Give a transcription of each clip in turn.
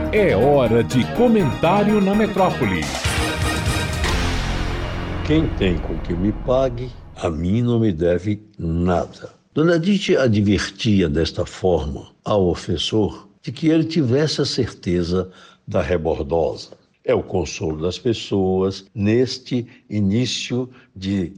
É hora de comentário na metrópole. Quem tem com que me pague, a mim não me deve nada. Dona Dite advertia desta forma ao ofensor de que ele tivesse a certeza da rebordosa. É o consolo das pessoas neste início de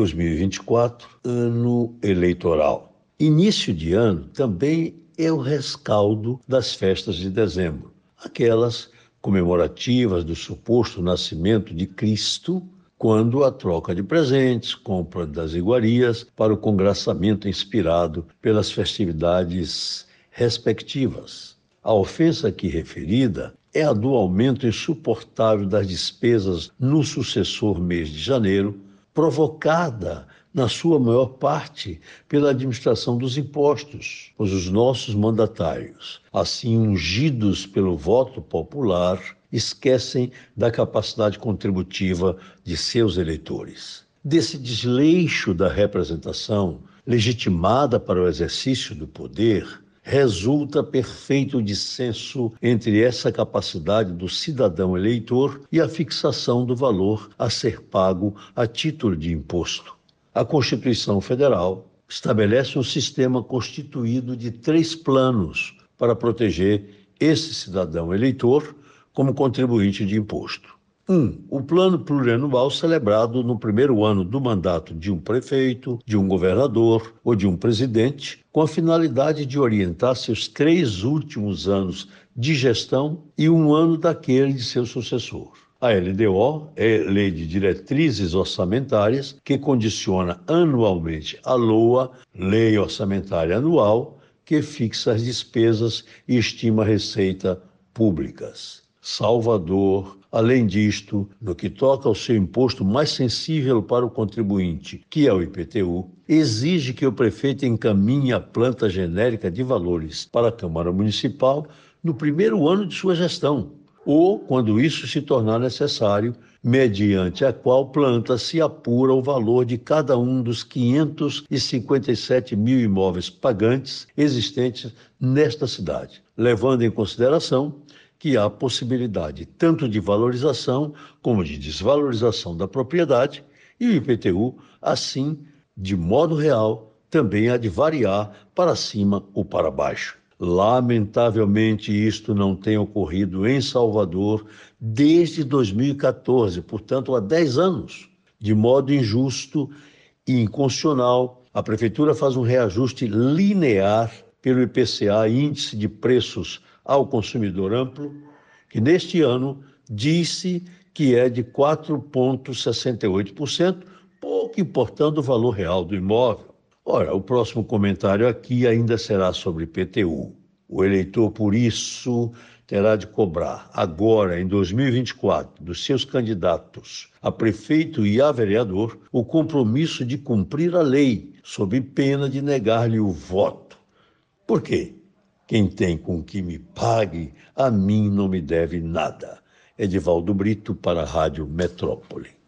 2024, ano eleitoral. Início de ano também é o rescaldo das festas de dezembro, aquelas comemorativas do suposto nascimento de Cristo, quando a troca de presentes, compra das iguarias para o congraçamento inspirado pelas festividades respectivas. A ofensa aqui referida é a do aumento insuportável das despesas no sucessor mês de janeiro, provocada, na sua maior parte, pela administração dos impostos, pois os nossos mandatários, assim ungidos pelo voto popular, esquecem da capacidade contributiva de seus eleitores. Desse desleixo da representação, legitimada para o exercício do poder, resulta perfeito dissenso entre essa capacidade do cidadão eleitor e a fixação do valor a ser pago a título de imposto. A Constituição Federal estabelece um sistema constituído de 3 planos para proteger esse cidadão eleitor como contribuinte de imposto. 1. O plano plurianual celebrado no primeiro ano do mandato de um prefeito, de um governador ou de um presidente, com a finalidade de orientar seus 3 últimos anos de gestão e um ano daquele de seu sucessor. A LDO é Lei de Diretrizes Orçamentárias, que condiciona anualmente a LOA, Lei Orçamentária Anual, que fixa as despesas e estima a receita públicas. Salvador, além disto, no que toca ao seu imposto mais sensível para o contribuinte, que é o IPTU, exige que o prefeito encaminhe a planta genérica de valores para a Câmara Municipal no primeiro ano de sua gestão, ou quando isso se tornar necessário, mediante a qual planta se apura o valor de cada um dos 557 mil imóveis pagantes existentes nesta cidade, levando em consideração que há possibilidade tanto de valorização como de desvalorização da propriedade, e o IPTU, assim, de modo real, também há de variar para cima ou para baixo. Lamentavelmente, isto não tem ocorrido em Salvador desde 2014, portanto, há 10 anos. De modo injusto e inconstitucional, a Prefeitura faz um reajuste linear pelo IPCA, Índice de Preços ao Consumidor Amplo, que neste ano disse que é de 4,68%, pouco importando o valor real do imóvel. Ora, o próximo comentário aqui ainda será sobre IPTU. O eleitor, por isso, terá de cobrar agora, em 2024, dos seus candidatos a prefeito e a vereador, o compromisso de cumprir a lei, sob pena de negar-lhe o voto. Por quê? Quem tem com que me pague, a mim não me deve nada. Edivaldo Brito, para a Rádio Metrópole.